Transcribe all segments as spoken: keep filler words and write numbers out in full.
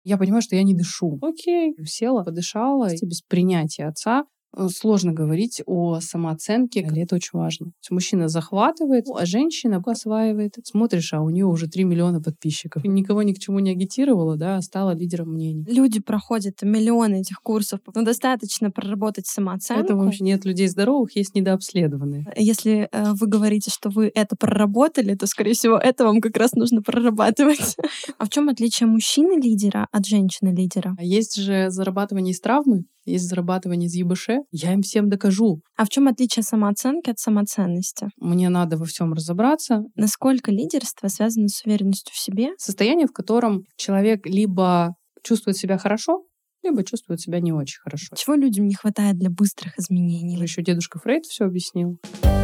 Я понимаю, что я не дышу. Окей, села, подышала. И без принятия отца э, сложно говорить о самооценке, или это очень важно. То есть мужчина захватывает, а женщина осваивает. Смотришь, а у нее уже три миллиона подписчиков. Никого ни к чему не агитировала, да, а стала лидером мнений. Люди проходят миллионы этих курсов, но достаточно проработать самооценку. Это вообще нет людей здоровых, есть недообследованные. Если э, вы говорите, что вы это проработали, то, скорее всего, это вам как раз нужно прорабатывать. А в чем отличие мужчины-лидера от женщины-лидера? А есть же зарабатывание из травмы, есть зарабатывание из ЕБШ. Я им всем докажу. А в чем отличие самооценки от самоценности? Мне надо во всем разобраться. Насколько лидерство связано с уверенностью в себе? Состояние, в котором человек либо чувствует себя хорошо, либо чувствует себя не очень хорошо. Чего людям не хватает для быстрых изменений? Еще дедушка Фрейд все объяснил.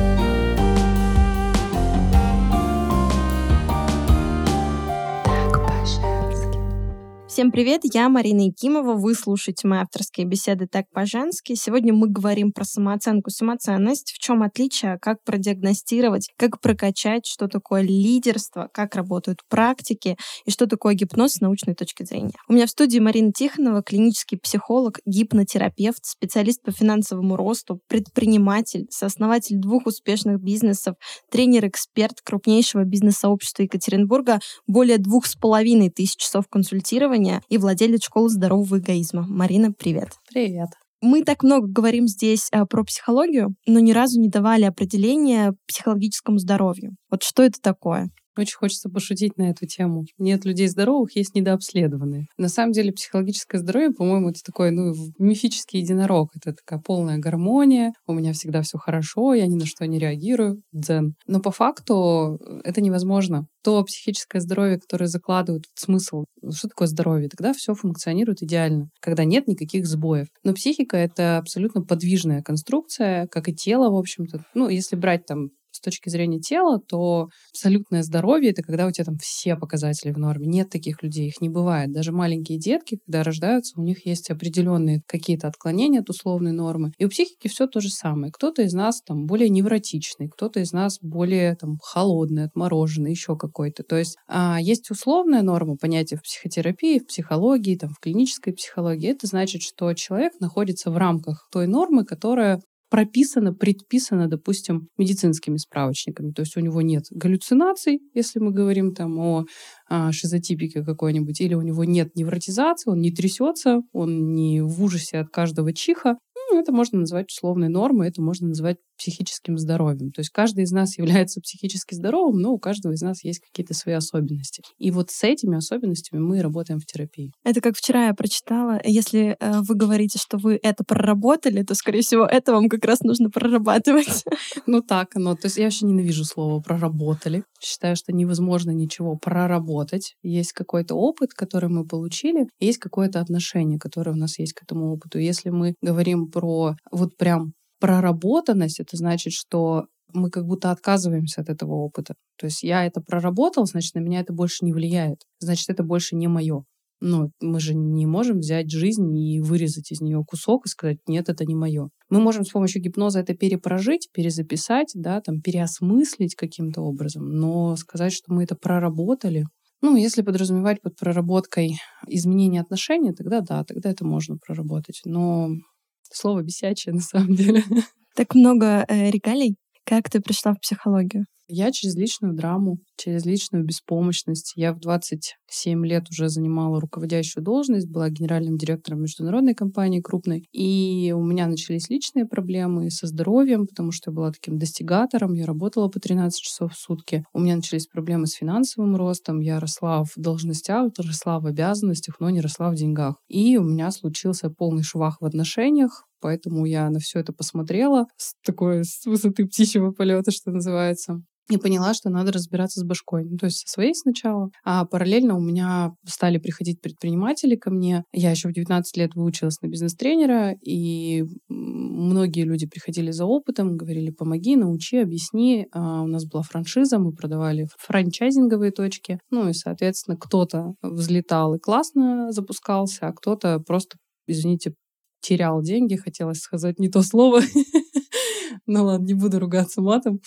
Всем привет, я Марина Якимова, вы слушаете мои авторские беседы «Так по-женски». Сегодня мы говорим про самооценку, самоценность, в чем отличие, как продиагностировать, как прокачать, что такое лидерство, как работают практики и что такое гипноз с научной точки зрения. У меня в студии Марина Тихонова, клинический психолог, гипнотерапевт, специалист по финансовому росту, предприниматель, сооснователь двух успешных бизнесов, тренер-эксперт крупнейшего бизнес-сообщества Екатеринбурга, более двух с половиной тысяч часов консультирования и владелец школы здорового эгоизма. Марина, привет. Привет. Мы так много говорим здесь а, про психологию, но ни разу не давали определения психологическому здоровью. Вот что это такое? Очень хочется пошутить на эту тему. Нет людей здоровых, есть недообследованные. На самом деле психологическое здоровье, по-моему, это такой ну, мифический единорог. Это такая полная гармония. У меня всегда все хорошо, я ни на что не реагирую. Дзен. Но по факту это невозможно. То психическое здоровье, которое закладывают в смысл, что такое здоровье, тогда все функционирует идеально, когда нет никаких сбоев. Но психика — это абсолютно подвижная конструкция, как и тело, в общем-то. Ну, если брать там с точки зрения тела, то абсолютное здоровье — это когда у тебя там все показатели в норме. Нет таких людей, их не бывает. Даже маленькие детки, когда рождаются, у них есть определенные какие-то отклонения от условной нормы. И у психики все то же самое. Кто-то из нас там более невротичный, кто-то из нас более там холодный, отмороженный, еще какой-то. То есть а, есть условная норма, понятие в психотерапии, в психологии, там, в клинической психологии. Это значит, что человек находится в рамках той нормы, которая прописано, предписано, допустим, медицинскими справочниками. То есть у него нет галлюцинаций, если мы говорим там о, о шизотипике какой-нибудь, или у него нет невротизации, он не трясется, он не в ужасе от каждого чиха. Ну, это можно назвать условной нормой, это можно назвать психическим здоровьем. То есть каждый из нас является психически здоровым, но у каждого из нас есть какие-то свои особенности. И вот с этими особенностями мы работаем в терапии. Это как вчера я прочитала. Если э, вы говорите, что вы это проработали, то, скорее всего, это вам как раз нужно прорабатывать. Ну так оно. То есть я вообще ненавижу слово «проработали». Считаю, что невозможно ничего проработать. Есть какой-то опыт, который мы получили, и есть какое-то отношение, которое у нас есть к этому опыту. Если мы говорим про вот прям проработанность, это значит, что мы как будто отказываемся от этого опыта. То есть я это проработал, значит, на меня это больше не влияет. Значит, это больше не мое. Но мы же не можем взять жизнь и вырезать из нее кусок и сказать: нет, это не мое. Мы можем с помощью гипноза это перепрожить, перезаписать, да, там, переосмыслить каким-то образом, но сказать, что мы это проработали, ну, если подразумевать под проработкой изменения отношений, тогда да, тогда это можно проработать. Но слово бесячее на самом деле. Так много э, регалий. Как ты пришла в психологию? Я через личную драму, через личную беспомощность. Я в двадцать семь лет уже занимала руководящую должность, была генеральным директором международной компании крупной. И у меня начались личные проблемы со здоровьем, потому что я была таким достигатором, я работала по тринадцать часов в сутки. У меня начались проблемы с финансовым ростом, я росла в должностях, росла в обязанностях, но не росла в деньгах. И у меня случился полный швах в отношениях. Поэтому я на все это посмотрела с такой с высоты птичьего полета, что называется. И поняла, что надо разбираться с башкой. Ну, то есть со своей сначала. А параллельно у меня стали приходить предприниматели ко мне. Я еще в девятнадцать лет выучилась на бизнес-тренера, и многие люди приходили за опытом, говорили: помоги, научи, объясни. А у нас была франшиза, мы продавали франчайзинговые точки. Ну и, соответственно, кто-то взлетал и классно запускался, а кто-то просто, извините, терял деньги, хотелось сказать не то слово. Ну ладно, не буду ругаться матом.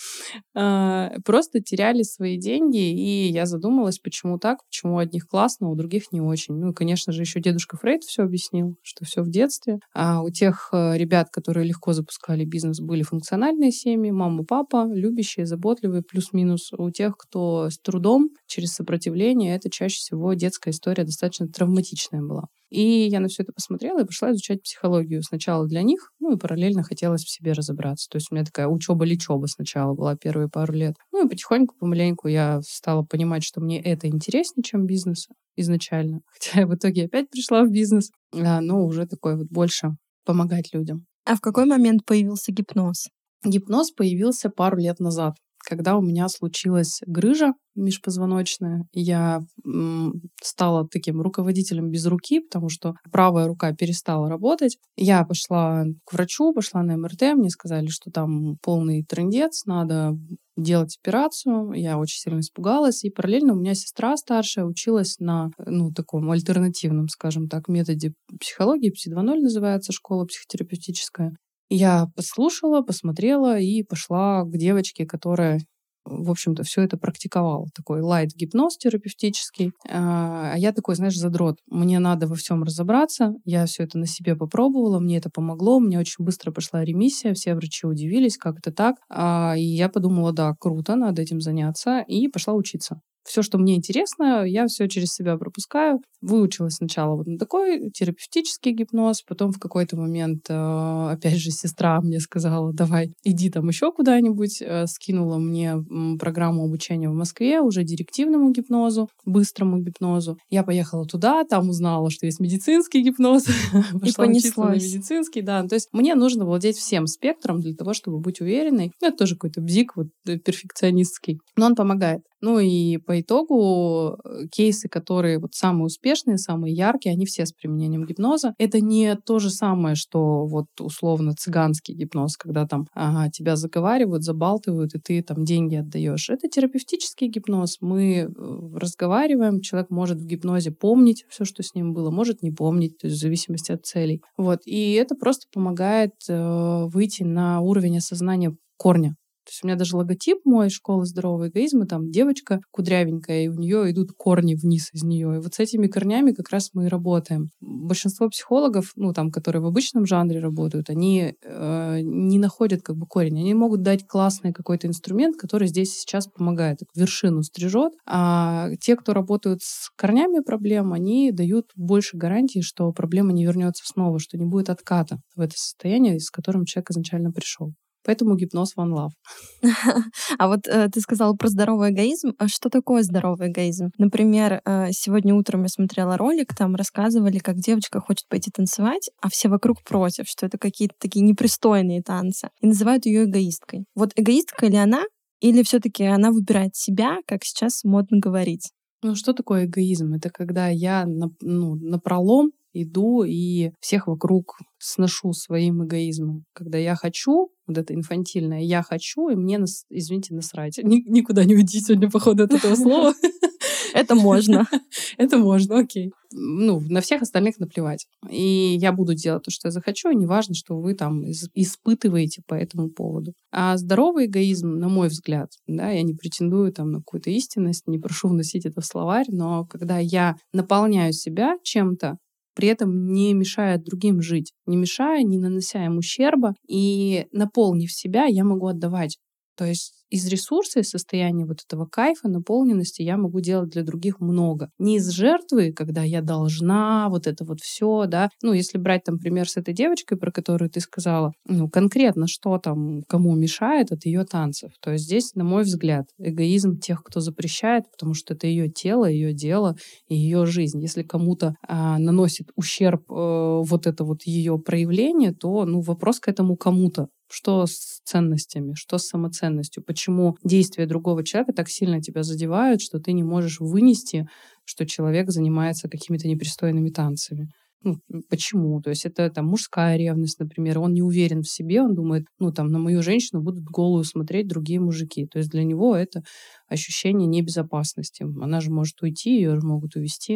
А, Просто теряли свои деньги, и я задумалась, почему так, почему у одних классно, а у других не очень. Ну и, конечно же, еще дедушка Фрейд все объяснил, что все в детстве. А у тех э, ребят, которые легко запускали бизнес, были функциональные семьи, мама, папа, любящие, заботливые, плюс-минус. У тех, кто с трудом, через сопротивление, это чаще всего детская история достаточно травматичная была. И я на все это посмотрела и пошла изучать психологию сначала для них, ну и параллельно хотелось в себе разобраться. То есть у меня такая учеба-лечеба сначала была первые пару лет. Ну и потихоньку, помаленьку я стала понимать, что мне это интереснее, чем бизнес изначально. Хотя я в итоге опять пришла в бизнес, а, но уже такой вот больше помогать людям. А в какой момент появился гипноз? Гипноз появился пару лет назад, когда у меня случилась грыжа межпозвоночная. Я м, стала таким руководителем без руки, потому что правая рука перестала работать. Я пошла к врачу, пошла на эм эр тэ, мне сказали, что там полный трындец, надо делать операцию. Я очень сильно испугалась. И параллельно у меня сестра старшая училась на, ну, таком альтернативном, скажем так, методе психологии. пси два ноль называется, школа психотерапевтическая. Я послушала, посмотрела и пошла к девочке, которая, в общем-то, все это практиковала. Такой лайт-гипноз терапевтический. А я такой, знаешь, задрот. Мне надо во всем разобраться. Я все это на себе попробовала, мне это помогло. Мне очень быстро пошла ремиссия. Все врачи удивились, как это так. А, и я подумала, да, круто, надо этим заняться. И пошла учиться. Все, что мне интересно, я все через себя пропускаю. Выучилась сначала вот на такой терапевтический гипноз, потом в какой-то момент, э, опять же, сестра мне сказала, давай, иди там еще куда-нибудь, э, скинула мне м, программу обучения в Москве уже директивному гипнозу, быстрому гипнозу. Я поехала туда, там узнала, что есть медицинский гипноз, И пошла учиться на понеслось. медицинский, да. То есть мне нужно владеть всем спектром для того, чтобы быть уверенной. Ну, это тоже какой-то бзик вот э, перфекционистский, но он помогает. Ну и по итогу э, кейсы, которые вот самые успешные, самые яркие, они все с применением гипноза. Это не то же самое, что вот условно цыганский гипноз, когда там ага, тебя заговаривают, забалтывают, и ты там деньги отдаешь. Это терапевтический гипноз. Мы э, разговариваем, человек может в гипнозе помнить все, что с ним было, может не помнить, то есть в зависимости от целей. Вот. И это просто помогает э, выйти на уровень осознания корня. То есть у меня даже логотип мой школы здорового эгоизма, там девочка кудрявенькая, и у нее идут корни вниз из нее. И вот с этими корнями как раз мы и работаем. Большинство психологов, ну там, которые в обычном жанре работают, они э, не находят как бы корень. Они могут дать классный какой-то инструмент, который здесь и сейчас помогает, вершину стрижет. А те, кто работают с корнями проблем, они дают больше гарантии, что проблема не вернется снова, что не будет отката в это состояние, с которым человек изначально пришел. Поэтому гипноз one love. А вот э, ты сказала про здоровый эгоизм. А что такое здоровый эгоизм? Например, э, сегодня утром я смотрела ролик, там рассказывали, как девочка хочет пойти танцевать, а все вокруг против, что это какие-то такие непристойные танцы. И называют ее эгоисткой. Вот эгоистка ли она, или все-таки она выбирает себя, как сейчас модно говорить? Ну, что такое эгоизм? Это когда я на, ну, напролом иду и всех вокруг сношу своим эгоизмом. Когда я хочу, вот это инфантильное, я хочу, и мне, нас, извините, насрать. Ни, никуда не уйти сегодня, походу, от этого слова. Это можно. Это можно, окей. Ну, на всех остальных наплевать. И я буду делать то, что я захочу, и неважно, что вы там испытываете по этому поводу. А здоровый эгоизм, на мой взгляд, да, я не претендую там на какую-то истинность, не прошу вносить это в словарь, но когда я наполняю себя чем-то, при этом не мешая другим жить, не мешая, не нанося им ущерба, и наполнив себя, я могу отдавать. То есть из ресурса, из состояния вот этого кайфа, наполненности я могу делать для других много. Не из жертвы, когда я должна, вот это вот все, да. Ну, если брать там пример с этой девочкой, про которую ты сказала, ну, конкретно что там, кому мешает от ее танцев. То есть здесь, на мой взгляд, эгоизм тех, кто запрещает, потому что это ее тело, ее дело и ее жизнь. Если кому-то а, наносит ущерб э, вот это вот ее проявление, то, ну, вопрос к этому кому-то. Что с ценностями, что с самоценностью, почему действия другого человека так сильно тебя задевают, что ты не можешь вынести, что человек занимается какими-то непристойными танцами. Ну, почему? То есть это там мужская ревность, например, он не уверен в себе, он думает, ну, там, на мою женщину будут голую смотреть другие мужики. То есть для него это ощущение небезопасности. Она же может уйти, ее же могут увести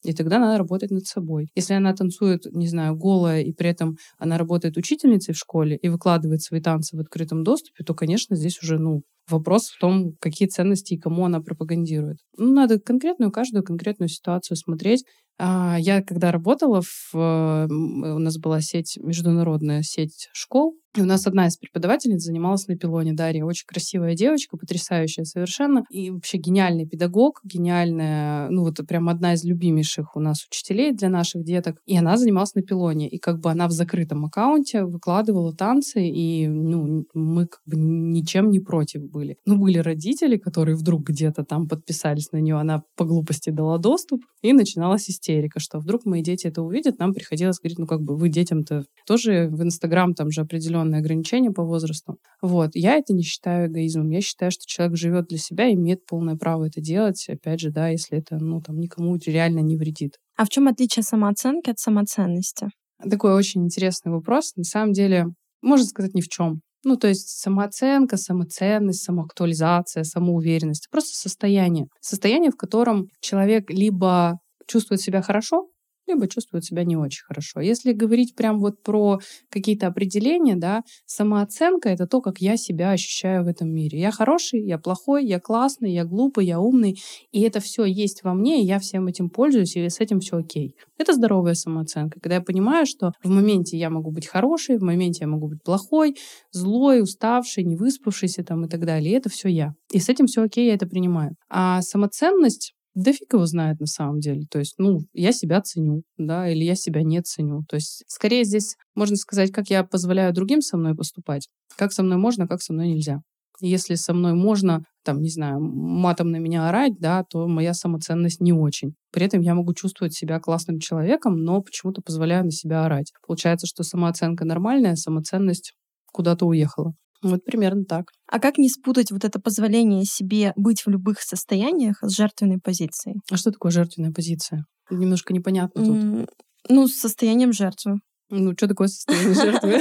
И тогда надо работать над собой. Если она танцует, не знаю, голая, и при этом она работает учительницей в школе и выкладывает свои танцы в открытом доступе, то, конечно, здесь уже, ну, вопрос в том, какие ценности и кому она пропагандирует. Ну, надо конкретную, каждую конкретную ситуацию смотреть. А, Я, когда работала, в, э, у нас была сеть, международная сеть школ, и у нас одна из преподавательниц занималась на пилоне. Дарья, очень красивая девочка, потрясающая совершенно. И вообще гениальный педагог, гениальная, ну вот прям одна из любимейших у нас учителей для наших деток. И она занималась на пилоне. И как бы она в закрытом аккаунте выкладывала танцы, и ну, мы как бы ничем не против были. Ну, были родители, которые вдруг где-то там подписались на нее, она по глупости дала доступ, и начиналась истерика, что вдруг мои дети это увидят. Нам приходилось говорить, ну как бы вы детям-то тоже в Инстаграм там же определенные ограничения по возрасту. Вот. Я это не считаю эгоизмом. Я считаю, что человек живет для себя и имеет полное право это делать. Опять же, да, если это, ну, там, никому реально не вредит. А в чем отличие самооценки от самоценности? Такой очень интересный вопрос. На самом деле, можно сказать, ни в чем. Ну, то есть самооценка, самоценность, самоактуализация, самоуверенность — просто состояние. Состояние, в котором человек либо чувствует себя хорошо, либо чувствует себя не очень хорошо. Если говорить прям вот про какие-то определения, да, самооценка — это то, как я себя ощущаю в этом мире. Я хороший, я плохой, я классный, я глупый, я умный, и это все есть во мне, и я всем этим пользуюсь, и с этим все окей. Это здоровая самооценка, когда я понимаю, что в моменте я могу быть хорошей, в моменте я могу быть плохой, злой, уставший, невыспавшийся там и так далее. И это все я. И с этим все окей, я это принимаю. А самоценность, да фиг его знает на самом деле. То есть, ну, я себя ценю, да, или я себя не ценю. То есть, скорее здесь можно сказать, как я позволяю другим со мной поступать. Как со мной можно, как со мной нельзя. Если со мной можно, там, не знаю, матом на меня орать, да, то моя самоценность не очень. При этом я могу чувствовать себя классным человеком, но почему-то позволяю на себя орать. Получается, что самооценка нормальная, самоценность куда-то уехала. Вот примерно так. А как не спутать вот это позволение себе быть в любых состояниях с жертвенной позицией? А что такое жертвенная позиция? Немножко непонятно тут. М, Ну, с состоянием жертвы. Ну, что такое состояние жертвы?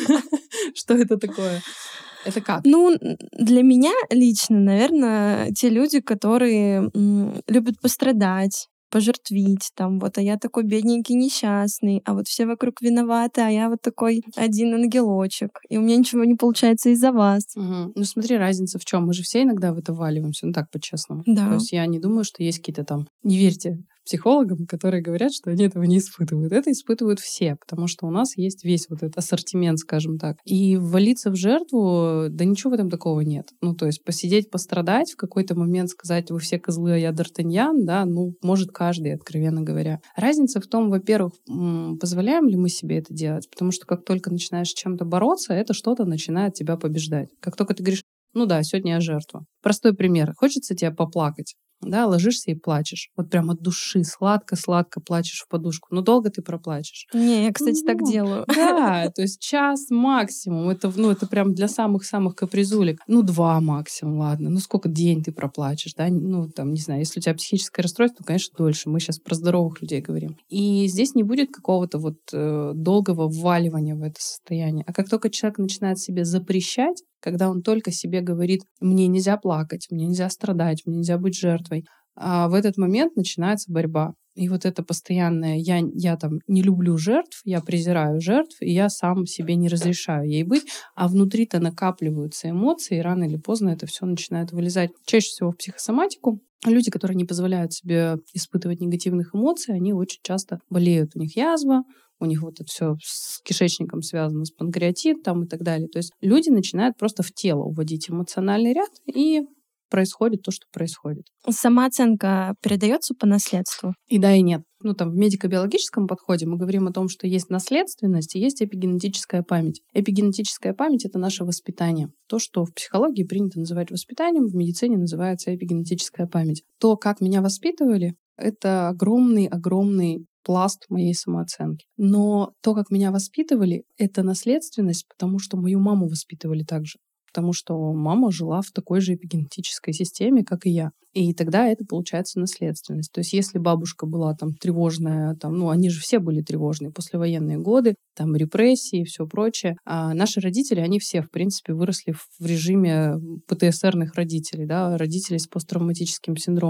Что это такое? Это как? Ну, н- для меня лично, наверное, те люди, которые м, любят пострадать, пожертвить, там, вот, а я такой бедненький, несчастный, а вот все вокруг виноваты, а я вот такой один ангелочек, и у меня ничего не получается из-за вас. Мгм. Ну, смотри, разница в чем? Мы же все иногда в это вваливаемся, ну так, по-честному. То Да. есть я не думаю, что есть какие-то там... Не верьте психологам, которые говорят, что они этого не испытывают. Это испытывают все, потому что у нас есть весь вот этот ассортимент, скажем так. И ввалиться в жертву, да ничего в этом такого нет. Ну, то есть посидеть, пострадать, в какой-то момент сказать, вы все козлы, а я Д'Артаньян, да, ну, может каждый, откровенно говоря. Разница в том, во-первых, м, позволяем ли мы себе это делать, потому что как только начинаешь с чем-то бороться, это что-то начинает тебя побеждать. Как только ты говоришь, ну да, сегодня я жертва. Простой пример. Хочется тебе поплакать. Да, ложишься и плачешь. Вот прям от души, сладко-сладко плачешь в подушку. Но долго ты проплачешь. Не, я, кстати, так Ну, делаю. да, то есть час максимум. Это, ну, это прям для самых-самых капризулек. Ну, два максимум, ладно. Ну, сколько день ты проплачешь, да? Ну, там, не знаю, если у тебя психическое расстройство, то, конечно, дольше. Мы сейчас про здоровых людей говорим. И здесь не будет какого-то вот э, долгого вваливания в это состояние. А как только человек начинает себе запрещать, когда он только себе говорит, мне нельзя плакать, мне нельзя страдать, мне нельзя быть жертвой, а в этот момент начинается борьба. И вот это постоянное «я, я там не люблю жертв, я презираю жертв, и я сам себе не разрешаю ей быть», а внутри-то накапливаются эмоции, и рано или поздно это все начинает вылезать. Чаще всего в психосоматику. Люди, которые не позволяют себе испытывать негативных эмоций, они очень часто болеют. У них язва, у них вот это все с кишечником связано, с панкреатит там и так далее. То есть люди начинают просто в тело уводить эмоциональный ряд, и происходит то, что происходит. Самооценка передается по наследству? И да, и нет. Ну, там, в медико-биологическом подходе мы говорим о том, что есть наследственность и есть эпигенетическая память. Эпигенетическая память — это наше воспитание. То, что в психологии принято называть воспитанием, в медицине называется эпигенетическая память. То, как меня воспитывали, это огромный-огромный пласт моей самооценки. Но то, как меня воспитывали, это наследственность, потому что мою маму воспитывали так же. Потому что мама жила в такой же эпигенетической системе, как и я. И тогда это получается наследственность. То есть если бабушка была там тревожная, там, ну они же все были тревожные, послевоенные годы, там репрессии и все прочее. А наши родители, они все, в принципе, выросли в режиме ПТСРных родителей, да, родителей с посттравматическим синдромом.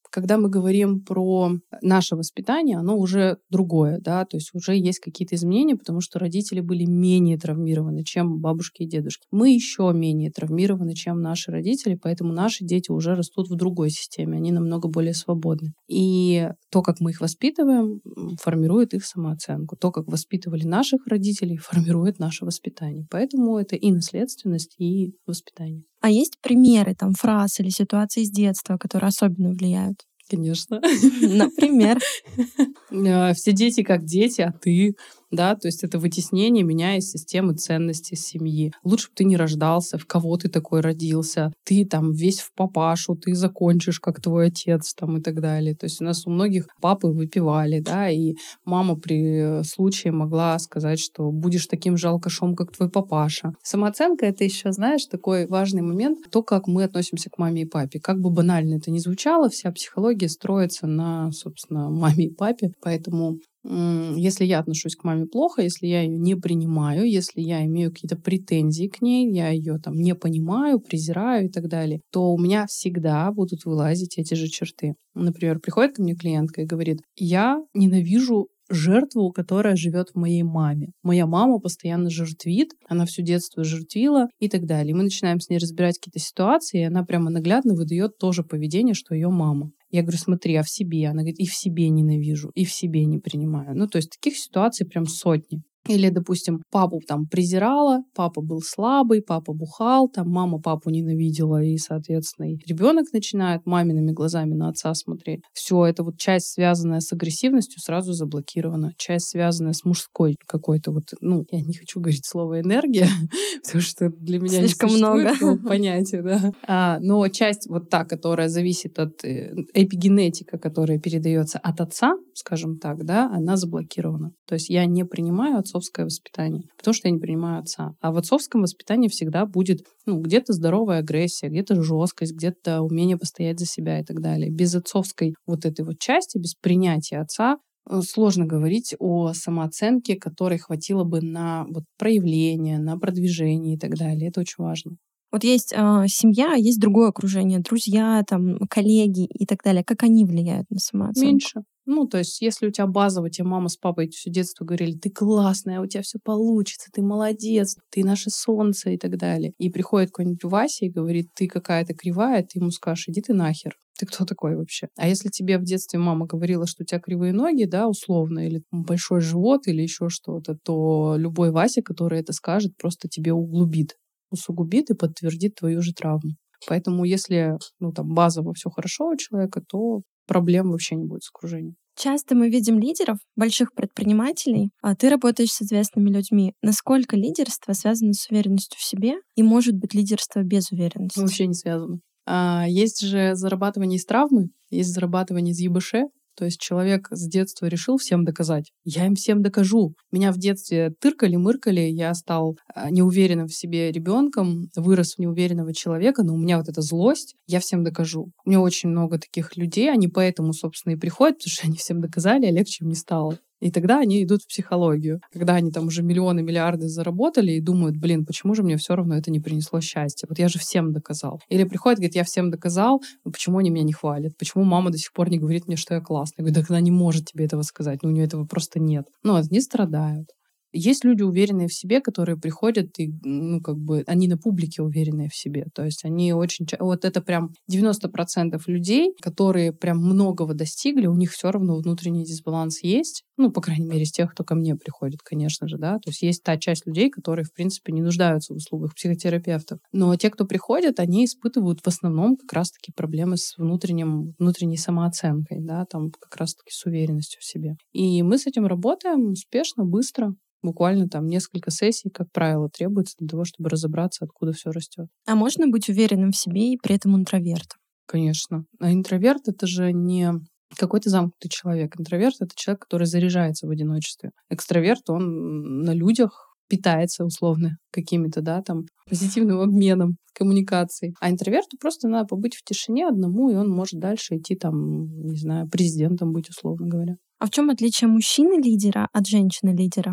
Когда мы говорим про наше воспитание, оно уже другое, да, то есть уже есть какие-то изменения, потому что родители были менее травмированы, чем бабушки и дедушки. Мы еще менее травмированы, чем наши родители, поэтому наши дети уже растут в другой системе, они намного более свободны. И то, как мы их воспитываем, формирует их самооценку. То, как воспитывали наших родителей, формирует наше воспитание. Поэтому это и наследственность, и воспитание. А есть примеры, там, фраз или ситуации из детства, которые особенно влияют? Конечно. Например? Все дети как дети, а ты, да, то есть это вытеснение меня из системы ценностей семьи. Лучше бы ты не рождался, в кого ты такой родился, ты там весь в папашу, ты закончишь как твой отец там и так далее. То есть у нас у многих папы выпивали, да, и мама при случае могла сказать, что будешь таким же алкашом, как твой папаша. Самооценка — это еще, знаешь, такой важный момент, то, как мы относимся к маме и папе. Как бы банально это ни звучало, вся психология строится на, собственно, маме и папе, поэтому если я отношусь к маме плохо, если я ее не принимаю, если я имею какие-то претензии к ней, я ее там не понимаю, презираю и так далее, то у меня всегда будут вылазить эти же черты. Например, приходит ко мне клиентка и говорит: я ненавижу жертву, которая живет в моей маме. Моя мама постоянно жертвит, она все детство жертвила и так далее. И мы начинаем с ней разбирать какие-то ситуации, и она прямо наглядно выдает то же поведение, что ее мама. Я говорю: смотри, а в себе? Она говорит: и в себе ненавижу, и в себе не принимаю. Ну, то есть таких ситуаций прям сотни. Или, допустим, папу там презирала, папа был слабый, папа бухал, там мама папу ненавидела, и, соответственно, и ребенок начинает мамиными глазами на отца смотреть. Все, это вот часть, связанная с агрессивностью, сразу заблокирована. Часть, связанная с мужской какой-то вот, ну, я не хочу говорить слово «энергия», потому что для меня слишком не существует много понятия, да. А, но часть вот та, которая зависит от эпигенетика, которая передается от отца, скажем так, да, она заблокирована. То есть я не принимаю отцовское воспитание, потому что я не принимаю отца. А в отцовском воспитании всегда будет, ну, где-то здоровая агрессия, где-то жесткость, где-то умение постоять за себя и так далее. Без отцовской вот этой вот части, без принятия отца сложно говорить о самооценке, которой хватило бы на вот проявление, на продвижение и так далее. Это очень важно. Вот есть э, семья, а есть другое окружение, друзья, там, коллеги и так далее. Как они влияют на самооценку? Меньше. Ну, то есть, если у тебя базово, тебе мама с папой все детство говорили: ты классная, у тебя все получится, ты молодец, ты наше солнце и так далее. И приходит какой-нибудь Вася и говорит: ты какая-то кривая, ты ему скажешь: иди ты нахер. Ты кто такой вообще? А если тебе в детстве мама говорила, что у тебя кривые ноги, да, условно, или большой живот, или еще что-то, то любой Вася, который это скажет, просто тебе углубит, усугубит и подтвердит твою же травму. Поэтому если, ну, там, базово все хорошо у человека, то проблем вообще не будет с окружением. Часто мы видим лидеров, больших предпринимателей, а ты работаешь с известными людьми. Насколько лидерство связано с уверенностью в себе и может быть лидерство без уверенности? Вообще не связано. А, есть же зарабатывание из травмы, есть зарабатывание из ЕБШ. То есть человек с детства решил всем доказать. Я им всем докажу. Меня в детстве тыркали-мыркали, я стал неуверенным в себе ребенком, вырос в неуверенного человека, но у меня вот эта злость, я всем докажу. У меня очень много таких людей, они поэтому, собственно, и приходят, потому что они всем доказали, а легче им не стало. И тогда они идут в психологию. Когда они там уже миллионы, миллиарды заработали и думают: блин, почему же мне все равно это не принесло счастья? Вот я же всем доказал. Или приходит, говорит: я всем доказал, но почему они меня не хвалят? Почему мама до сих пор не говорит мне, что я классная? Я говорю: так она не может тебе этого сказать, ну у нее этого просто нет. Ну, они страдают. Есть люди, уверенные в себе, которые приходят и, ну, как бы, они на публике уверенные в себе. То есть они очень... Вот это прям девяносто процентов людей, которые прям многого достигли, у них все равно внутренний дисбаланс есть. Ну, по крайней мере, из тех, кто ко мне приходит, конечно же, да. То есть есть та часть людей, которые, в принципе, не нуждаются в услугах психотерапевтов. Но те, кто приходят, они испытывают в основном как раз-таки проблемы с внутренним, внутренней самооценкой, да, там как раз-таки с уверенностью в себе. И мы с этим работаем успешно, быстро. Буквально там несколько сессий, как правило, требуется для того, чтобы разобраться, откуда все растет. А можно быть уверенным в себе и при этом интровертом? Конечно. А интроверт — это же не какой-то замкнутый человек. Интроверт — это человек, который заряжается в одиночестве. Экстраверт, он на людях питается условно какими-то, да, там, позитивным обменом, коммуникацией. А интроверту просто надо побыть в тишине одному, и он может дальше идти там, не знаю, президентом быть, условно говоря. А в чем отличие мужчины-лидера от женщины-лидера?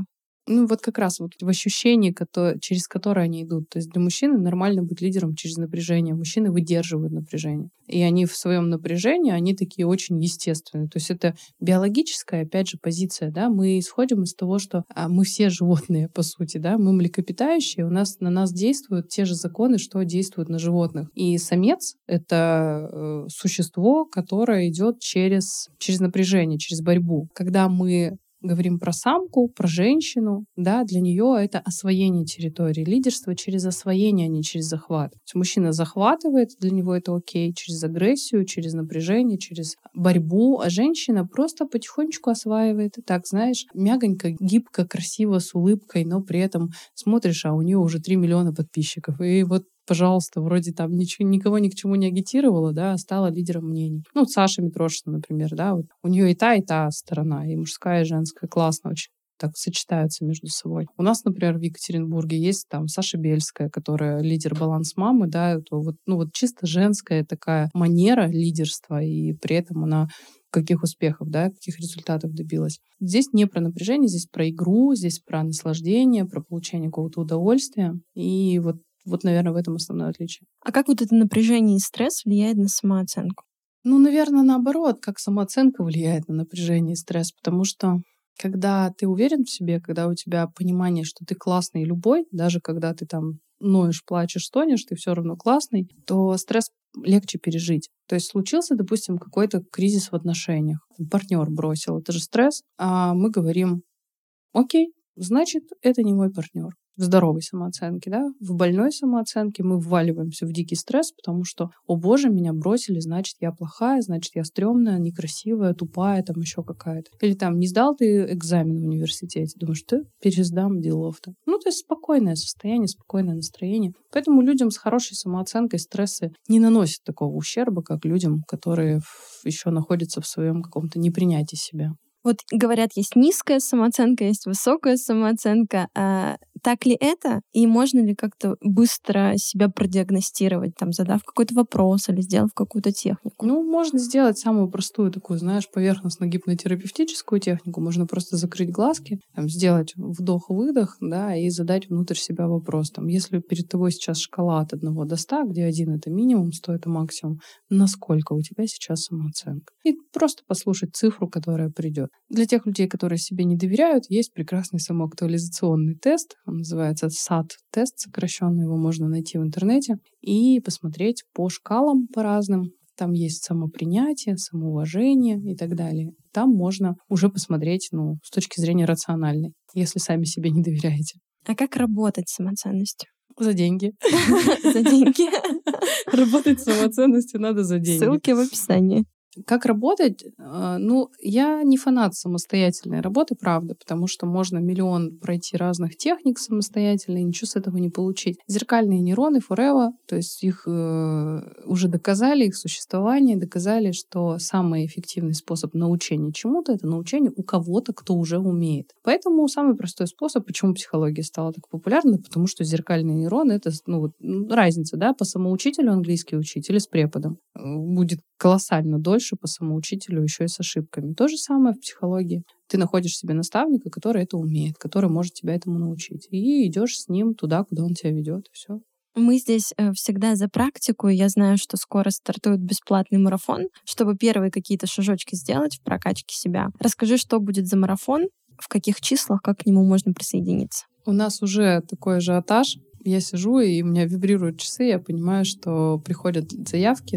Ну, вот как раз вот в ощущении, кото- через которое они идут. То есть для мужчины нормально быть лидером через напряжение. Мужчины выдерживают напряжение. И они в своем напряжении, они такие очень естественные. То есть это биологическая, опять же, позиция. Да? Мы исходим из того, что а, мы все животные, по сути. Да? Мы млекопитающие, у нас, на нас действуют те же законы, что действуют на животных. И самец — это э, существо, которое идет через, через напряжение, через борьбу. Когда мы говорим про самку, про женщину, да, для нее это освоение территории, лидерство через освоение, а не через захват. То есть мужчина захватывает, для него это окей, через агрессию, через напряжение, через борьбу, а женщина просто потихонечку осваивает. И так, знаешь, мягонько, гибко, красиво, с улыбкой, но при этом смотришь, а у нее уже три миллиона подписчиков. И вот пожалуйста, вроде там ничего, никого ни к чему не агитировала, да, а стала лидером мнений. Ну, вот Саша Митрошина, например, да, вот у нее и та, и та сторона, и мужская, и женская, классно очень так сочетаются между собой. У нас, например, в Екатеринбурге есть там Саша Бельская, которая лидер «Баланс мамы», да, это вот, ну вот чисто женская такая манера лидерства, и при этом она каких успехов, да, каких результатов добилась. Здесь не про напряжение, здесь про игру, здесь про наслаждение, про получение какого-то удовольствия, и вот Вот, наверное, в этом основное отличие. А как вот это напряжение и стресс влияет на самооценку? Ну, наверное, наоборот, как самооценка влияет на напряжение и стресс, потому что когда ты уверен в себе, когда у тебя понимание, что ты классный любой, даже когда ты там ноешь, плачешь, стонешь, ты все равно классный, то стресс легче пережить. То есть случился, допустим, какой-то кризис в отношениях. Партнер бросил, это же стресс, а мы говорим: окей, значит, это не мой партнер. В здоровой самооценке, да, в больной самооценке мы вваливаемся в дикий стресс, потому что, о боже, меня бросили, значит, я плохая, значит, я стрёмная, некрасивая, тупая, там еще какая-то. Или там, не сдал ты экзамен в университете, думаешь, ты пересдам, делов-то. Ну, то есть спокойное состояние, спокойное настроение. Поэтому людям с хорошей самооценкой стрессы не наносят такого ущерба, как людям, которые еще находятся в своем каком-то непринятии себя. Вот говорят, есть низкая самооценка, есть высокая самооценка. А так ли это? И можно ли как-то быстро себя продиагностировать, там, задав какой-то вопрос или сделав какую-то технику? Ну, можно сделать самую простую такую, знаешь, поверхностно-гипнотерапевтическую технику. Можно просто закрыть глазки, там, сделать вдох-выдох, да, и задать внутрь себя вопрос. Там, если перед тобой сейчас шкала от одного до ста, где один — это минимум, сто — это максимум, насколько у тебя сейчас самооценка? И просто послушать цифру, которая придет. Для тех людей, которые себе не доверяют, есть прекрасный самоактуализационный тест. Он называется сат-тест, сокращенно его можно найти в интернете, и посмотреть по шкалам по разным. Там есть самопринятие, самоуважение и так далее. Там можно уже посмотреть, ну, с точки зрения рациональной, если сами себе не доверяете. А как работать с самоценностью? За деньги. За деньги. Работать с самоценностью надо за деньги. Ссылки в описании. Как работать? Ну, я не фанат самостоятельной работы, правда, потому что можно миллион пройти разных техник самостоятельно и ничего с этого не получить. Зеркальные нейроны forever, то есть их э, уже доказали, их существование, доказали, что самый эффективный способ научения чему-то — это научение у кого-то, кто уже умеет. Поэтому самый простой способ, почему психология стала так популярна, потому что зеркальные нейроны — это, ну, вот, разница, да, по самоучителю английский учить или с преподом. Будет колоссально дольше по самоучителю, еще и с ошибками. То же самое в психологии. Ты находишь себе наставника, который это умеет, который может тебя этому научить. И идешь с ним туда, куда он тебя ведет, и все. Мы здесь э, всегда за практику. Я знаю, что скоро стартует бесплатный марафон, чтобы первые какие-то шажочки сделать в прокачке себя. Расскажи, что будет за марафон, в каких числах, как к нему можно присоединиться. У нас уже такой ажиотаж. Я сижу, и у меня вибрируют часы, я понимаю, что приходят заявки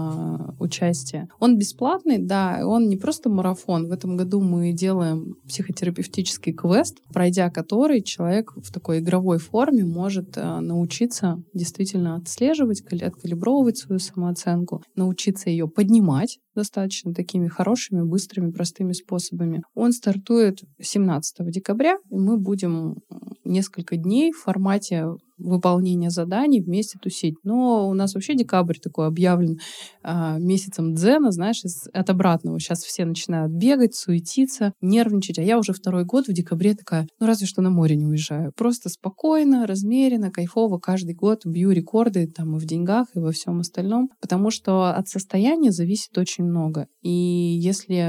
на участие. Он бесплатный, да, он не просто марафон. В этом году мы делаем психотерапевтический квест, пройдя который человек в такой игровой форме может научиться действительно отслеживать, откалибровывать свою самооценку, научиться ее поднимать достаточно такими хорошими, быстрыми, простыми способами. Он стартует семнадцатого декабря, и мы будем несколько дней в формате выполнения заданий вместе тусить. Но у нас вообще декабрь такой объявлен а, месяцем дзена, знаешь, из, от обратного. Сейчас все начинают бегать, суетиться, нервничать, а я уже второй год в декабре такая, ну разве что на море не уезжаю. Просто спокойно, размеренно, кайфово каждый год бью рекорды там и в деньгах, и во всем остальном, потому что от состояния зависит очень много. И если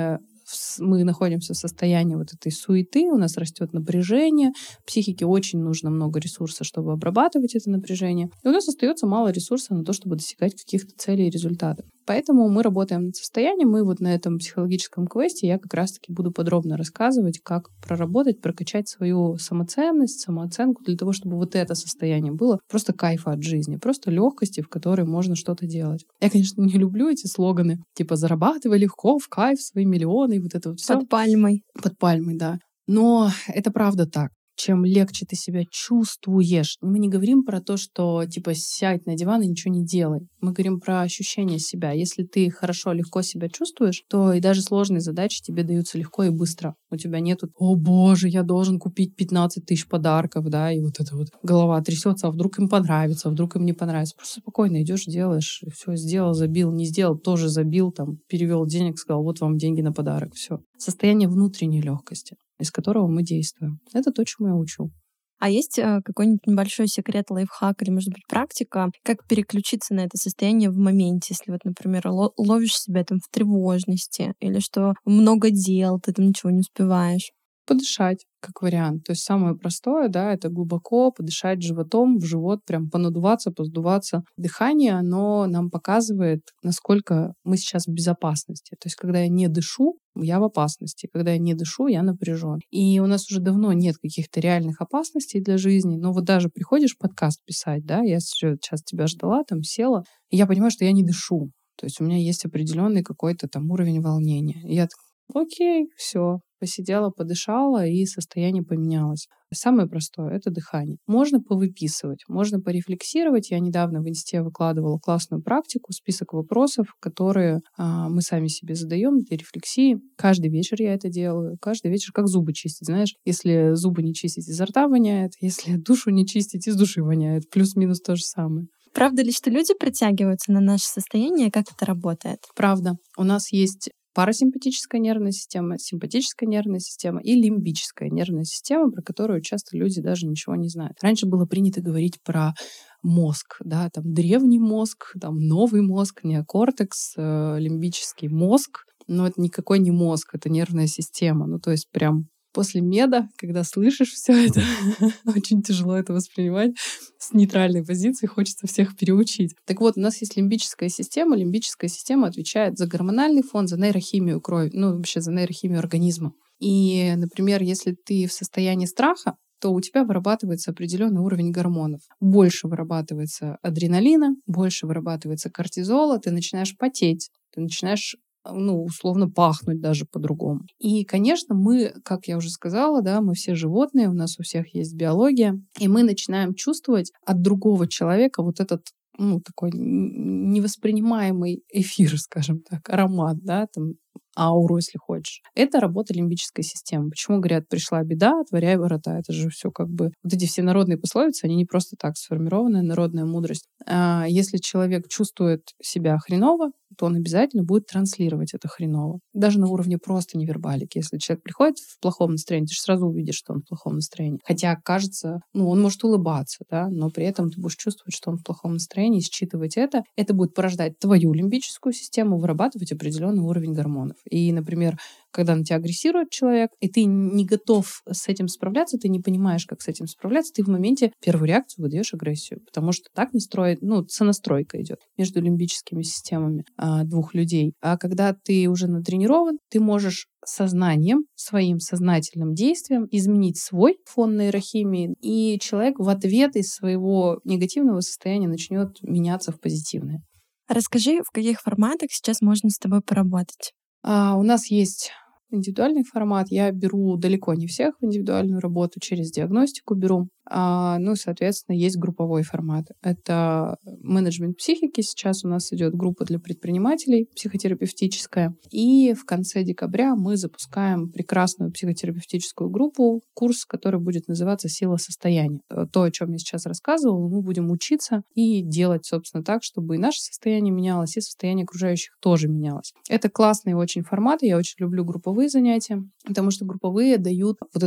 мы находимся в состоянии вот этой суеты, у нас растет напряжение, психике очень нужно много ресурсов, чтобы обрабатывать это напряжение, и у нас остается мало ресурсов на то, чтобы достигать каких-то целей и результатов. Поэтому мы работаем над состоянием, и вот на этом психологическом квесте я как раз-таки буду подробно рассказывать, как проработать, прокачать свою самоценность, самооценку для того, чтобы вот это состояние было просто кайфа от жизни, просто легкости, в которой можно что-то делать. Я, конечно, не люблю эти слоганы, типа «зарабатывай легко, в кайф, свои миллионы», и вот это вот все. Под пальмой. Под пальмой, да. Но это правда так. Чем легче ты себя чувствуешь. Мы не говорим про то, что типа сядь на диван и ничего не делай. Мы говорим про ощущение себя. Если ты хорошо, легко себя чувствуешь, то и даже сложные задачи тебе даются легко и быстро. У тебя нету «О боже, я должен купить пятнадцать тысяч подарков», да, и вот это вот голова трясется, а вдруг им понравится, а вдруг им не понравится. Просто спокойно идешь, делаешь, все сделал, забил, не сделал, тоже забил, там, перевел денег, сказал, вот вам деньги на подарок, все. Состояние внутренней легкости, из которого мы действуем. Это то, чему я учу. А есть э, какой-нибудь небольшой секрет, лайфхак или, может быть, практика, как переключиться на это состояние в моменте, если вот, например, ло- ловишь себя там в тревожности или что много дел, ты там ничего не успеваешь? Подышать, как вариант. То есть самое простое, да, это глубоко подышать животом, в живот, прям понадуваться, поздуваться. Дыхание, оно нам показывает, насколько мы сейчас в безопасности. То есть когда я не дышу, я в опасности. Когда я не дышу, я напряжен. И у нас уже давно нет каких-то реальных опасностей для жизни. Но вот даже приходишь подкаст писать, да, я сейчас тебя ждала, там села, и я понимаю, что я не дышу. То есть у меня есть определенный какой-то там уровень волнения. И я так, окей, все. Посидела, подышала, и состояние поменялось. Самое простое — это дыхание. Можно повыписывать, можно порефлексировать. Я недавно в инсте выкладывала классную практику, список вопросов, которые а, мы сами себе задаем для рефлексии. Каждый вечер я это делаю. Каждый вечер как зубы чистить. Знаешь, если зубы не чистить, изо рта воняет. Если душу не чистить, из души воняет. Плюс-минус то же самое. Правда ли, что люди притягиваются на наше состояние? Как это работает? Правда. У нас есть парасимпатическая нервная система, симпатическая нервная система и лимбическая нервная система, про которую часто люди даже ничего не знают. Раньше было принято говорить про мозг, да, там древний мозг, там новый мозг, неокортекс, э, лимбический мозг, но это никакой не мозг, это нервная система. Ну, то есть прям после меда, когда слышишь все это, очень тяжело это воспринимать с нейтральной позиции, хочется всех переучить. Так вот, у нас есть лимбическая система. Лимбическая система отвечает за гормональный фон, за нейрохимию крови, ну, вообще за нейрохимию организма. И, например, если ты в состоянии страха, то у тебя вырабатывается определенный уровень гормонов. Больше вырабатывается адреналина, больше вырабатывается кортизола, ты начинаешь потеть, ты начинаешь ну, условно пахнуть даже по-другому. И, конечно, мы, как я уже сказала, да, мы все животные, у нас у всех есть биология, и мы начинаем чувствовать от другого человека вот этот, ну, такой невоспринимаемый эфир, скажем так, аромат, да, там, ауру, если хочешь. Это работа лимбической системы. Почему говорят, пришла беда, отворяй ворота? Это же все как бы... Вот эти все народные пословицы, они не просто так сформированная народная мудрость. А если человек чувствует себя хреново, то он обязательно будет транслировать это хреново. Даже на уровне просто невербалики. Если человек приходит в плохом настроении, ты же сразу увидишь, что он в плохом настроении. Хотя, кажется, ну, он может улыбаться, да, но при этом ты будешь чувствовать, что он в плохом настроении, считывать это. Это будет порождать твою лимбическую систему, вырабатывать определенный уровень гормонов. И, например, когда на тебя агрессирует человек, и ты не готов с этим справляться, ты не понимаешь, как с этим справляться, ты в моменте первую реакцию выдаешь агрессию, потому что так настроит, ну, сонастройка идет между лимбическими системами а, двух людей. А когда ты уже натренирован, ты можешь сознанием, своим сознательным действием изменить свой фон нейрохимии, и человек в ответ из своего негативного состояния начнет меняться в позитивное. Расскажи, в каких форматах сейчас можно с тобой поработать? А, у нас есть индивидуальный формат. Я беру далеко не всех в индивидуальную работу, через диагностику беру. А, ну, соответственно, есть групповой формат. Это менеджмент психики. Сейчас у нас идет группа для предпринимателей, психотерапевтическая. И в конце декабря мы запускаем прекрасную психотерапевтическую группу, курс, который будет называться «Сила состояния». То, о чем я сейчас рассказывала, мы будем учиться и делать, собственно, так, чтобы и наше состояние менялось, и состояние окружающих тоже менялось. Это классный очень формат, и я очень люблю групповые занятия, потому что групповые дают вот это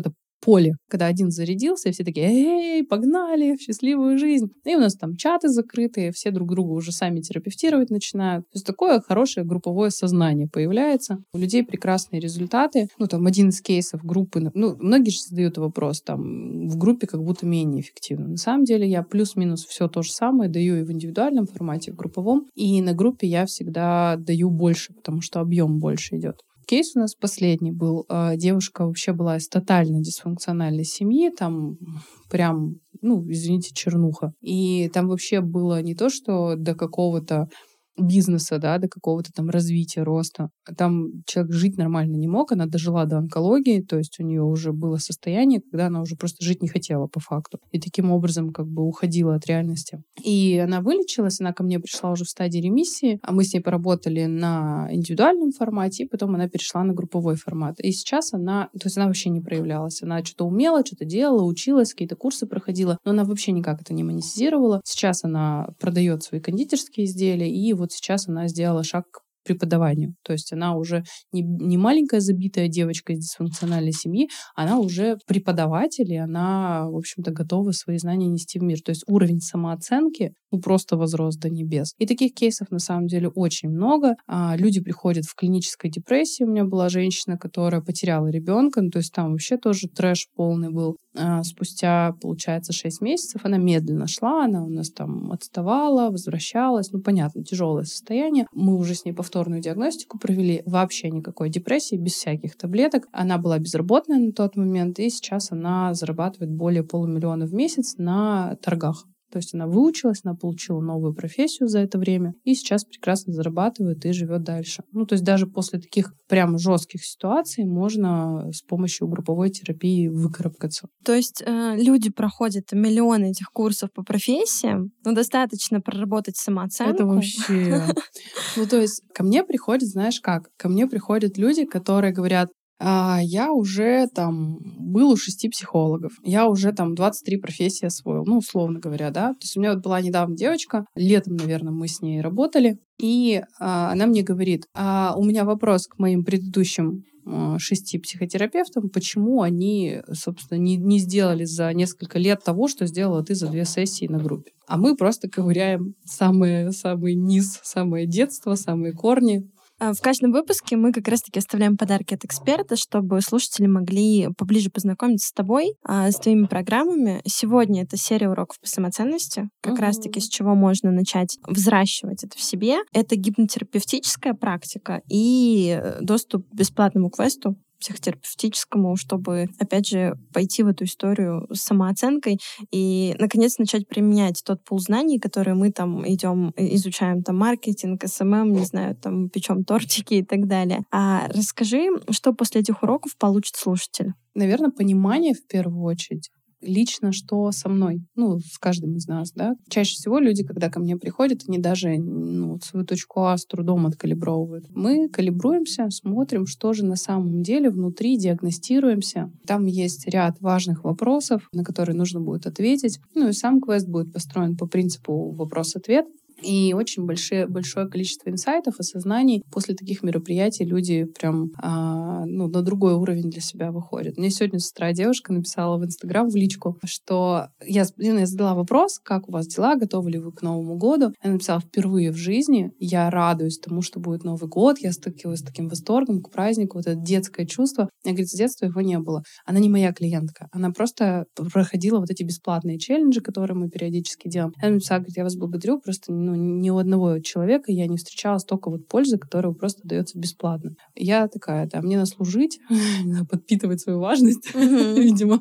поле, когда один зарядился, и все такие: эй, погнали в счастливую жизнь. И у нас там чаты закрытые, все друг друга уже сами терапевтировать начинают. То есть такое хорошее групповое сознание появляется. У людей прекрасные результаты. Ну, там, один из кейсов группы, ну, многие же задают вопрос, там, в группе как будто менее эффективно. На самом деле я плюс-минус все то же самое даю и в индивидуальном формате, и в групповом. И на группе я всегда даю больше, потому что объем больше идет. Кейс у нас последний был. Девушка вообще была из тотально дисфункциональной семьи, там прям, ну, извините, чернуха. И там вообще было не то, что до какого-то бизнеса, да, до какого-то там развития, роста. Там человек жить нормально не мог, она дожила до онкологии, то есть у нее уже было состояние, когда она уже просто жить не хотела по факту. И таким образом как бы уходила от реальности. И она вылечилась, она ко мне пришла уже в стадии ремиссии, а мы с ней поработали на индивидуальном формате, и потом она перешла на групповой формат. И сейчас она, то есть она вообще не проявлялась. Она что-то умела, что-то делала, училась, какие-то курсы проходила, но она вообще никак это не монетизировала. Сейчас она продает свои кондитерские изделия, и вот сейчас она сделала шаг к преподаванию. То есть она уже не, не маленькая забитая девочка из дисфункциональной семьи, она уже преподаватель, и она, в общем-то, готова свои знания нести в мир. То есть уровень самооценки ну, просто возрос до небес. И таких кейсов, на самом деле, очень много. А, люди приходят в клинической депрессии. У меня была женщина, которая потеряла ребенка, ну, то есть там вообще тоже трэш полный был. А, спустя, получается, шесть месяцев она медленно шла, она у нас там отставала, возвращалась. Ну, понятно, тяжелое состояние. Мы уже с ней повторную диагностику провели. Вообще никакой депрессии, без всяких таблеток. Она была безработная на тот момент, и сейчас она зарабатывает более полумиллиона в месяц на торгах. То есть она выучилась, она получила новую профессию за это время и сейчас прекрасно зарабатывает и живет дальше. Ну, то есть даже после таких прям жестких ситуаций можно с помощью групповой терапии выкарабкаться. То есть э, люди проходят миллионы этих курсов по профессиям, но достаточно проработать самооценку. Это вообще... Ну, то есть ко мне приходят, знаешь как, ко мне приходят люди, которые говорят: А, я уже там был у шести психологов, я уже там двадцать три профессии освоил, ну, условно говоря, да. То есть у меня вот была недавно девочка, летом, наверное, мы с ней работали, и а, она мне говорит: а, у меня вопрос к моим предыдущим а, шести психотерапевтам, почему они, собственно, не, не сделали за несколько лет того, что сделала ты за две сессии на группе. А мы просто ковыряем самый, самый низ, самое детство, самые корни. В каждом выпуске мы как раз-таки оставляем подарки от эксперта, чтобы слушатели могли поближе познакомиться с тобой, с твоими программами. Сегодня это серия уроков по самоценности, как uh-huh. раз-таки с чего можно начать взращивать это в себе. Это гипнотерапевтическая практика и доступ к бесплатному квесту психотерапевтическому, чтобы, опять же, пойти в эту историю с самооценкой и, наконец, начать применять тот пул знаний, которые мы там идем, изучаем там маркетинг, эс эм эм, не знаю, там печем тортики и так далее. А расскажи, что после этих уроков получит слушатель? Наверное, понимание в первую очередь. Лично что со мной, ну, с каждым из нас, да. Чаще всего люди, когда ко мне приходят, они даже ну, свою точку А с трудом откалибровывают. Мы калибруемся, смотрим, что же на самом деле внутри, диагностируемся. Там есть ряд важных вопросов, на которые нужно будет ответить. Ну и сам квест будет построен по принципу вопрос-ответ. И очень большое, большое количество инсайтов, осознаний. После таких мероприятий люди прям а, ну, на другой уровень для себя выходят. Мне сегодня с утра девушка написала в Инстаграм, в личку, что я, я задала вопрос, как у вас дела, готовы ли вы к Новому году. Она написала: впервые в жизни я радуюсь тому, что будет Новый год. Я стыкиваюсь с таким восторгом к празднику, вот это детское чувство. Я, говорит, с детства его не было. Она не моя клиентка. Она просто проходила вот эти бесплатные челленджи, которые мы периодически делаем. Она написала: говорит, я вас благодарю, просто ну, ни у одного человека я не встречала столько вот пользы, которая просто дается бесплатно. Я такая, да, мне надо служить, подпитывать свою важность, видимо.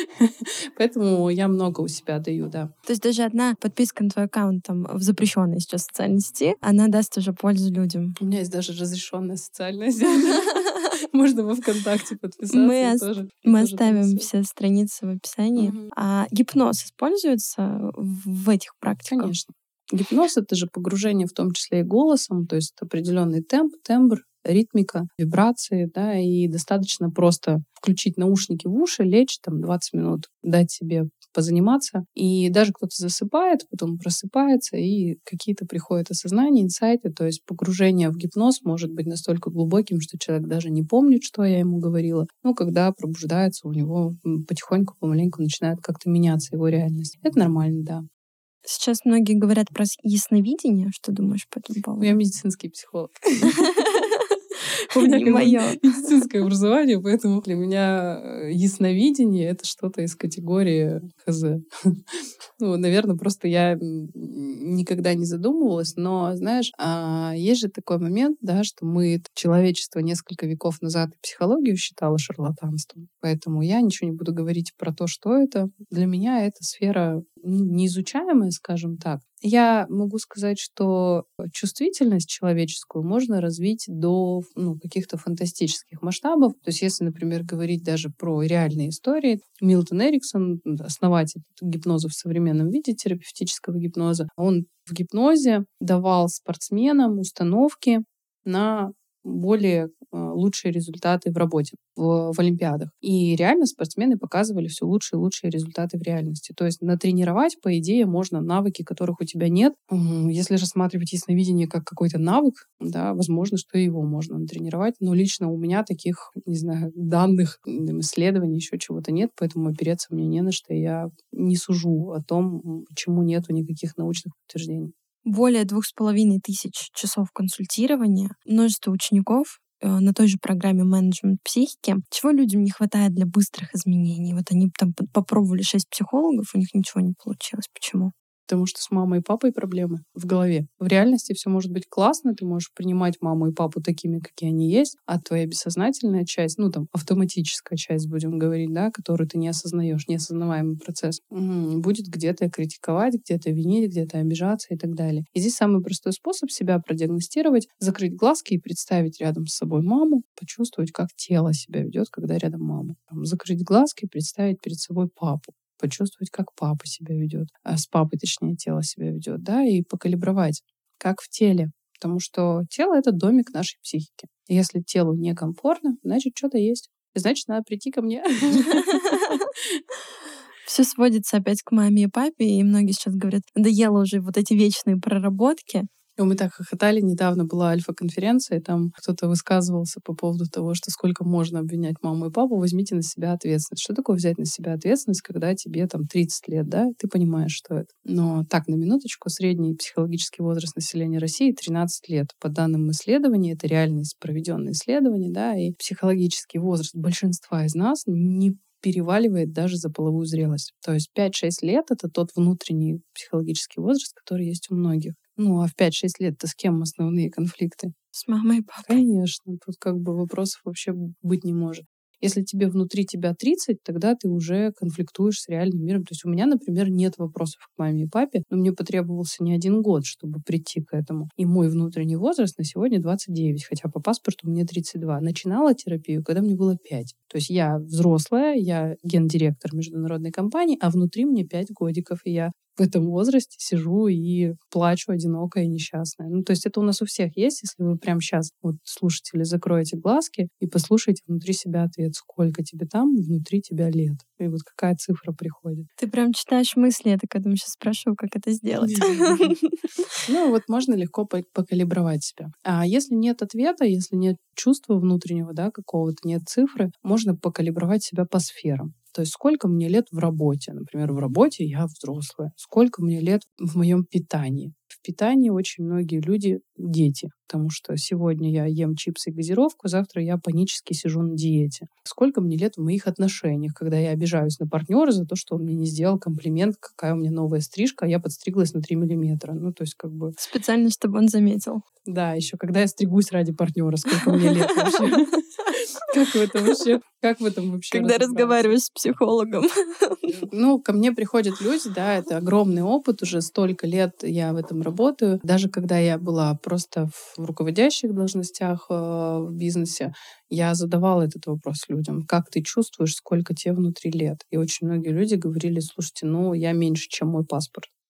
Поэтому я много у себя даю, да. То есть даже одна подписка на твой аккаунт там в запрещенной сейчас социальной сети, она даст уже пользу людям. У меня есть даже разрешенная социальная сеть. Можно во ВКонтакте подписаться. Мы, тоже, мы тоже оставим все страницы в описании. Угу. А гипноз используется в этих практиках? Конечно. Гипноз — это же погружение в том числе и голосом, то есть определенный темп, тембр. ритмика, вибрации, да, и достаточно просто включить наушники в уши, лечь там двадцать минут, дать себе позаниматься. И даже кто-то засыпает, потом просыпается, и какие-то приходят осознания, инсайты, то есть погружение в гипноз может быть настолько глубоким, что человек даже не помнит, что я ему говорила. Но когда пробуждается, у него потихоньку, помаленьку начинает как-то меняться его реальность. Это нормально, да. Сейчас многие говорят про ясновидение. Что думаешь по этому поводу? Я медицинский психолог. У меня Не моё. медицинское образование, поэтому для меня ясновидение — это что-то из категории хз. Ну, наверное, просто я м, никогда не задумывалась, но, знаешь, а, есть же такой момент, да, что мы, человечество несколько веков назад психологию считало шарлатанством, поэтому я ничего не буду говорить про то, что это. Для меня это сфера ну, неизучаемая, скажем так. Я могу сказать, что чувствительность человеческую можно развить до ну, каких-то фантастических масштабов. То есть если, например, говорить даже про реальные истории, Милтон Эриксон, основатель гипноза в современном виде, терапевтического гипноза, он в гипнозе давал спортсменам установки на более э, лучшие результаты в работе, в, в Олимпиадах. И реально спортсмены показывали все лучшие и лучшие результаты в реальности. То есть натренировать, по идее, можно навыки, которых у тебя нет. М, Если рассматривать ясновидение как какой-то навык, да, возможно, что и его можно натренировать. Но лично у меня таких, не знаю, данных, м, исследований, еще чего-то нет, поэтому опереться мне не на что. И я не сужу о том, м, почему нету никаких научных подтверждений. Более двух с половиной тысяч часов консультирования, множество учеников э, на той же программе менеджмент психики. Чего людям не хватает для быстрых изменений? Вот они там п- попробовали шесть психологов, у них ничего не получилось. Почему? Потому что с мамой и папой проблемы в голове. В реальности все может быть классно, ты можешь принимать маму и папу такими, какие они есть, а твоя бессознательная часть, ну там автоматическая часть, будем говорить, да, которую ты не осознаешь, неосознаваемый процесс, м, будет где-то критиковать, где-то винить, где-то обижаться и так далее. И здесь самый простой способ себя продиагностировать — закрыть глазки и представить рядом с собой маму, почувствовать, как тело себя ведет, когда рядом мама. Там, закрыть глазки, представить перед собой папу, почувствовать, как папа себя ведет, а с папой, точнее, тело себя ведет, да, и покалибровать, как в теле. Потому что тело — это домик нашей психики. И если телу некомфортно, значит, что-то есть. И значит, надо прийти ко мне. Все сводится опять к маме и папе, и многие сейчас говорят, надоело уже вот эти вечные проработки. И мы так хохотали. Недавно была альфа-конференция, и там кто-то высказывался по поводу того, что сколько можно обвинять маму и папу, возьмите на себя ответственность. Что такое взять на себя ответственность, когда тебе там тридцать лет, да? Ты понимаешь, что это. Но так, на минуточку, средний психологический возраст населения России тринадцать лет. По данным исследований, это реальные проведенные исследования, да, и психологический возраст большинства из нас не переваливает даже за половую зрелость. То есть пять-шесть лет — это тот внутренний психологический возраст, который есть у многих. Ну, а в пять-шесть лет-то с кем основные конфликты? С мамой и папой. Конечно, тут как бы вопросов вообще быть не может. Если тебе внутри тебя тридцать, тогда ты уже конфликтуешь с реальным миром. То есть у меня, например, нет вопросов к маме и папе, но мне потребовался не один год, чтобы прийти к этому. И мой внутренний возраст на сегодня двадцать девять, хотя по паспорту мне тридцать два. Начинала терапию, когда мне было пять. То есть я взрослая, я гендиректор международной компании, а внутри мне пять годиков, и я в этом возрасте сижу и плачу одинокая и несчастная. Ну, то есть это у нас у всех есть, если вы прямо сейчас, вот, слушатели, закроете глазки и послушайте внутри себя ответ, сколько тебе там внутри тебя лет. И вот какая цифра приходит. Ты прям читаешь мысли, я такая думаю, сейчас спрашиваю, как это сделать. Ну, вот можно легко по- покалибровать себя. А если нет ответа, если нет чувства внутреннего, да, какого-то, нет цифры, можно покалибровать себя по сферам. То есть сколько мне лет в работе. Например, в работе я взрослая. Сколько мне лет в моем питании. В питании очень многие люди — дети. Потому что сегодня я ем чипсы и газировку, завтра я панически сижу на диете. Сколько мне лет в моих отношениях, когда я обижаюсь на партнера за то, что он мне не сделал комплимент, какая у меня новая стрижка, а я подстриглась на три миллиметра. Ну, то есть как бы... Специально, чтобы он заметил. Да, еще когда я стригусь ради партнера, сколько мне лет вообще. Как в этом вообще, как в этом вообще Когда разобраться? разговариваешь с психологом. Ну, ко мне приходят люди, да, это огромный опыт, уже столько лет я в этом работаю. Даже когда я была просто в руководящих должностях э, в бизнесе, я задавала этот вопрос людям. Как ты чувствуешь, сколько тебе внутри лет? И очень многие люди говорили, слушайте, ну, я меньше, чем мой паспорт.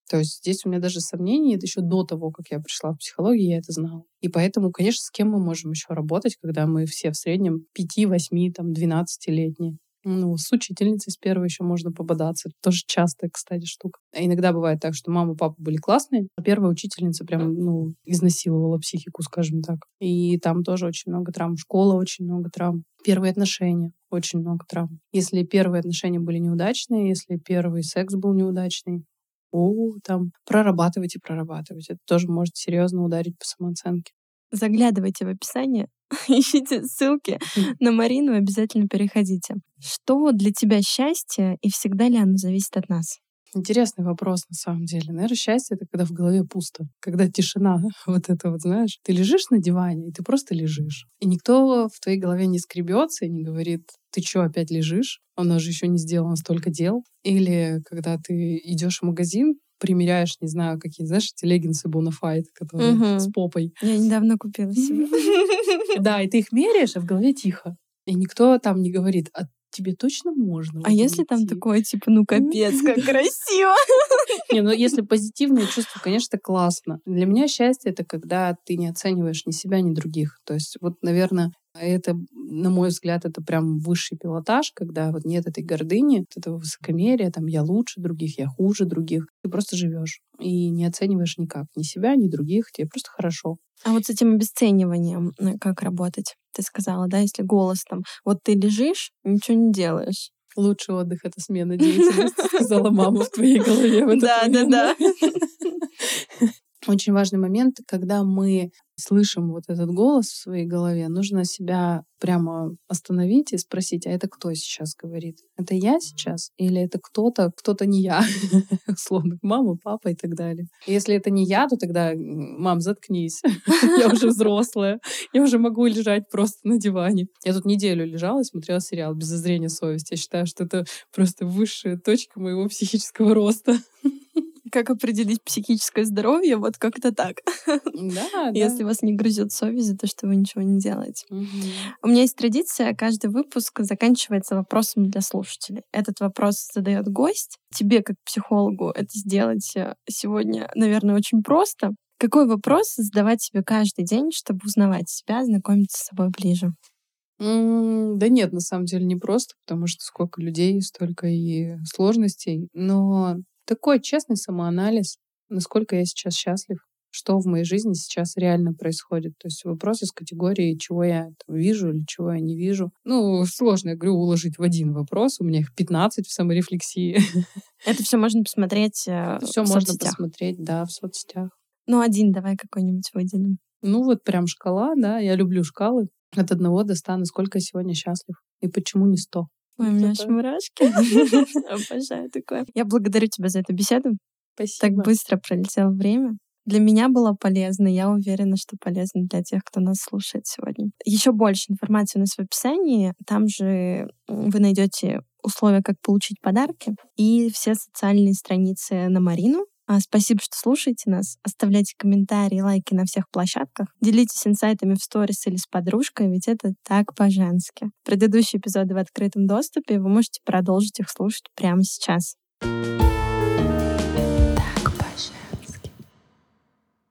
То есть здесь у меня даже сомнений нет. Еще до того, как я пришла в психологию, я это знала. И поэтому, конечно, с кем мы можем еще работать, когда мы все в среднем пяти, восьми, там, двенадцатилетние. Ну, с учительницей с первой еще можно пободаться. Это тоже частая, кстати, штука. А иногда бывает так, что мама и папа были классные, а первая учительница прям, ну, изнасиловала психику, скажем так. И там тоже очень много травм. Школа очень много травм. Первые отношения очень много травм. Если первые отношения были неудачные, если первый секс был неудачный, о, там прорабатывать и прорабатывать. Это тоже может серьезно ударить по самооценке. Заглядывайте в описание, ищите ссылки на Марину, обязательно переходите. Что для тебя счастье и всегда ли оно зависит от нас? Интересный вопрос, на самом деле. Наверное, счастье — это когда в голове пусто, когда тишина. Вот это вот, знаешь, ты лежишь на диване, и ты просто лежишь. И никто в твоей голове не скребется и не говорит: ты чё, опять лежишь? У нас же еще не сделано столько дел. Или когда ты идешь в магазин, примеряешь, не знаю, какие, знаешь, эти леггинсы Bonafide, которые Мгм. с попой. Я недавно купила себе. Да, и ты их меряешь, а в голове тихо. И никто там не говорит: а тебе точно можно в А этом если там идти? такое, типа, ну капец, как красиво. Не, ну если позитивные чувства, конечно, это классно. Для меня счастье — это когда ты не оцениваешь ни себя, ни других. То есть вот, наверное, это, на мой взгляд, это прям высший пилотаж, когда вот нет этой гордыни, вот этого высокомерия, там, я лучше других, я хуже других. Ты просто живешь и не оцениваешь никак ни себя, ни других, тебе просто хорошо. А вот с этим обесцениванием э, как работать? Ты сказала, да, если голос там, вот ты лежишь, ничего не делаешь. Лучший отдых — это смена деятельности, сказала мама в твоей голове в этот Да, да, момент. да. Очень важный момент, когда мы слышим вот этот голос в своей голове, нужно себя прямо остановить и спросить: а это кто сейчас говорит? Это я сейчас? Или это кто-то, кто-то не я? Условно, мама, папа и так далее. Если это не я, то тогда: мам, заткнись. Я уже взрослая. Я уже могу лежать просто на диване. Я тут неделю лежала и смотрела сериал «Без зазрения совести». Я считаю, что это просто высшая точка моего психического роста. Как определить психическое здоровье? Вот как-то так. Да, Если да. вас не грызет совесть за то, что вы ничего не делаете. Мгм. У меня есть традиция, каждый выпуск заканчивается вопросом для слушателей. Этот вопрос задает гость. Тебе, как психологу, это сделать э, сегодня, наверное, очень просто. Какой вопрос задавать себе каждый день, чтобы узнавать себя, знакомиться с собой ближе? М, Да нет, на самом деле не просто, потому что сколько людей, столько и сложностей. Но такой честный самоанализ, насколько я сейчас счастлив, что в моей жизни сейчас реально происходит. То есть вопрос из категории, чего я там вижу или чего я не вижу. Ну, сложно, я говорю, уложить в один вопрос. У меня их пятнадцать в саморефлексии. Это все можно посмотреть э, Это все в можно соцсетях. посмотреть, да, в соцсетях. Ну, один давай какой-нибудь выделим. Ну, вот прям шкала, да, я люблю шкалы. От одного до ста, насколько я сегодня счастлив. И почему не сто? Ой, у Вот меня это. аж мурашки. Обожаю такое. Я благодарю тебя за эту беседу. Так Спасибо. быстро пролетело время. Для меня было полезно. Я уверена, что полезно для тех, кто нас слушает сегодня. Еще больше информации у нас в описании. Там же м, вы найдете условия, как получить подарки, и все социальные страницы на Марину. А, Спасибо, что слушаете нас. Оставляйте комментарии, лайки на всех площадках. Делитесь инсайтами в сторис или с подружкой, ведь это так по-женски. Предыдущие эпизоды в открытом доступе, вы можете продолжить их слушать прямо сейчас.